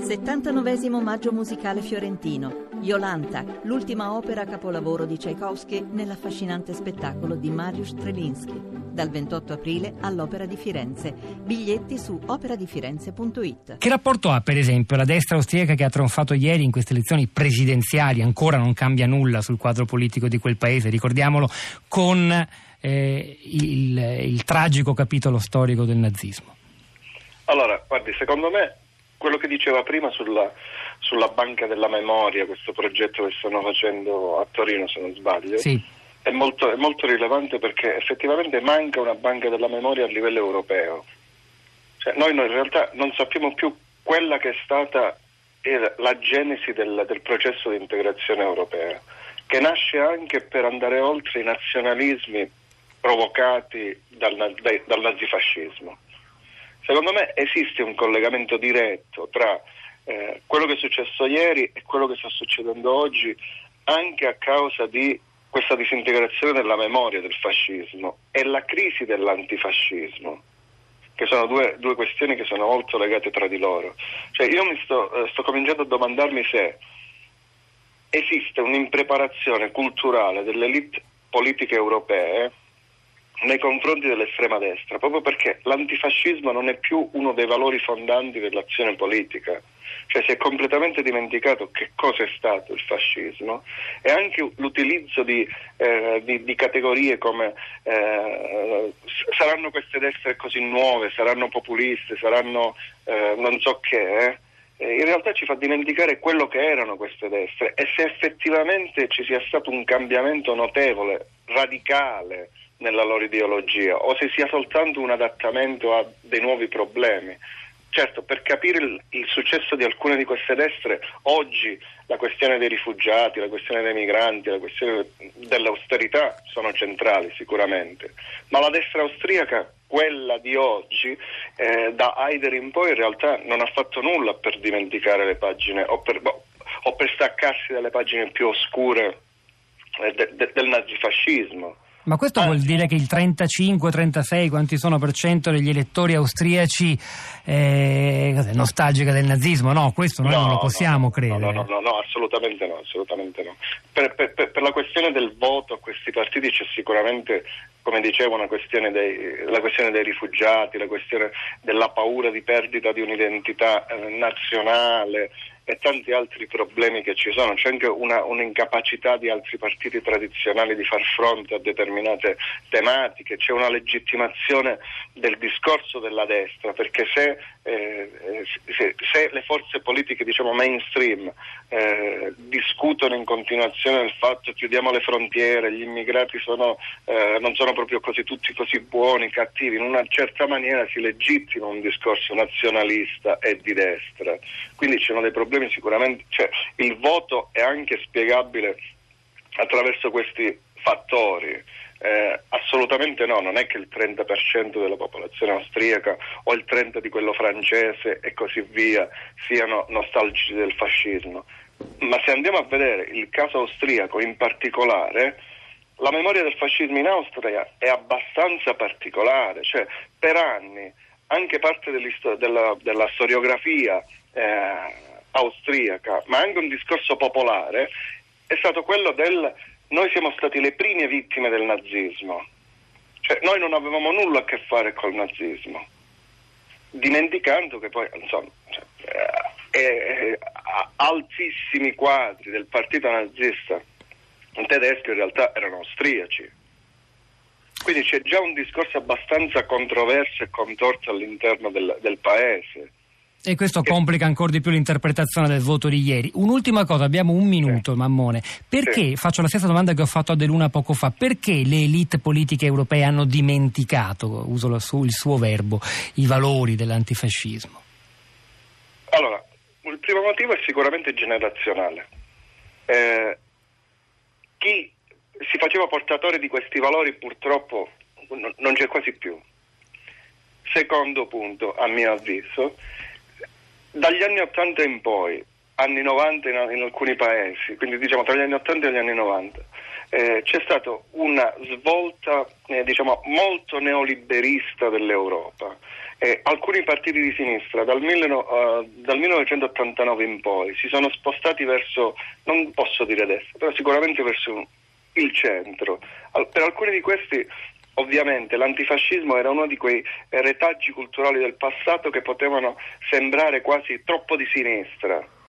79esimo Maggio musicale fiorentino. Iolanta, l'ultima opera capolavoro di Tchaikovsky nell'affascinante spettacolo di Mariusz Strelinski. Dal 28 aprile all'Opera di Firenze. Biglietti su operadifirenze.it. Che rapporto ha, per esempio, la destra austriaca che ha trionfato ieri in queste elezioni presidenziali? Ancora non cambia nulla sul quadro politico di quel paese, ricordiamolo, con il tragico capitolo storico del nazismo. Allora, guardi, secondo me quello che diceva prima sulla Banca della Memoria, questo progetto che stanno facendo a Torino, se non sbaglio, sì, è molto rilevante, perché effettivamente manca una Banca della Memoria a livello europeo. Cioè, noi in realtà non sappiamo più quella che è stata la genesi del processo di integrazione europea, che nasce anche per andare oltre i nazionalismi provocati dal nazifascismo. Secondo me esiste un collegamento diretto tra quello che è successo ieri e quello che sta succedendo oggi, anche a causa di questa disintegrazione della memoria del fascismo e la crisi dell'antifascismo, che sono due questioni che sono molto legate tra di loro. Cioè, io mi sto cominciando a domandarmi se esiste un'impreparazione culturale delle elite politiche europee nei confronti dell'estrema destra, proprio perché l'antifascismo non è più uno dei valori fondanti dell'azione politica. Cioè, si è completamente dimenticato che cosa è stato il fascismo, e anche l'utilizzo di categorie come saranno queste destre così nuove, saranno populiste, saranno non so che, in realtà ci fa dimenticare quello che erano queste destre, e se effettivamente ci sia stato un cambiamento notevole, radicale nella loro ideologia, o se sia soltanto un adattamento a dei nuovi problemi. Certo, per capire il successo di alcune di queste destre, oggi la questione dei rifugiati, la questione dei migranti, la questione dell'austerità sono centrali sicuramente, ma la destra austriaca, quella di oggi, da Haider in poi, in realtà non ha fatto nulla per dimenticare le pagine o per staccarsi dalle pagine più oscure del nazifascismo. Ma questo vuol dire che il 35-36, quanti sono per cento degli elettori austriaci nostalgica del nazismo? No, questo noi non lo possiamo credere. No, assolutamente no. Per la questione del voto a questi partiti c'è sicuramente, come dicevo, la questione dei rifugiati, la questione della paura di perdita di un'identità nazionale e tanti altri problemi che ci sono. C'è anche un'incapacità di altri partiti tradizionali di far fronte a determinate tematiche, c'è una legittimazione del discorso della destra, perché se le forze politiche, diciamo mainstream, discutono in continuazione del fatto chiudiamo le frontiere, gli immigrati non sono proprio tutti così buoni, cattivi, in una certa maniera si legittima un discorso nazionalista e di destra. Quindi ci sono dei problemi sicuramente, cioè il voto è anche spiegabile attraverso questi fattori. Assolutamente no, non è che il 30% della popolazione austriaca o il 30% di quello francese e così via siano nostalgici del fascismo, ma se andiamo a vedere il caso austriaco in particolare, la memoria del fascismo in Austria è abbastanza particolare. Cioè, per anni anche parte della storiografia austriaca, ma anche un discorso popolare, è stato quello noi siamo stati le prime vittime del nazismo, cioè noi non avevamo nulla a che fare col nazismo, dimenticando che poi altissimi quadri del partito nazista tedesco in realtà erano austriaci. Quindi c'è già un discorso abbastanza controverso e contorto all'interno del paese. E questo complica ancora di più l'interpretazione del voto di ieri. Un'ultima cosa, abbiamo un minuto, sì. Mammone. Perché, faccio la stessa domanda che ho fatto a De Luna poco fa, perché le elite politiche europee hanno dimenticato, uso il suo verbo, i valori dell'antifascismo? Allora, il primo motivo è sicuramente generazionale. Chi si faceva portatore di questi valori purtroppo non c'è quasi più. Secondo punto, a mio avviso, dagli anni 80 in poi, anni 90 in alcuni paesi, quindi diciamo tra gli anni 80 e gli anni 90, c'è stata una svolta molto neoliberista dell'Europa, alcuni partiti di sinistra dal 1989 in poi si sono spostati verso, non posso dire destra, però sicuramente verso il centro. Per alcuni di questi ovviamente l'antifascismo era uno di quei retaggi culturali del passato che potevano sembrare quasi troppo di sinistra.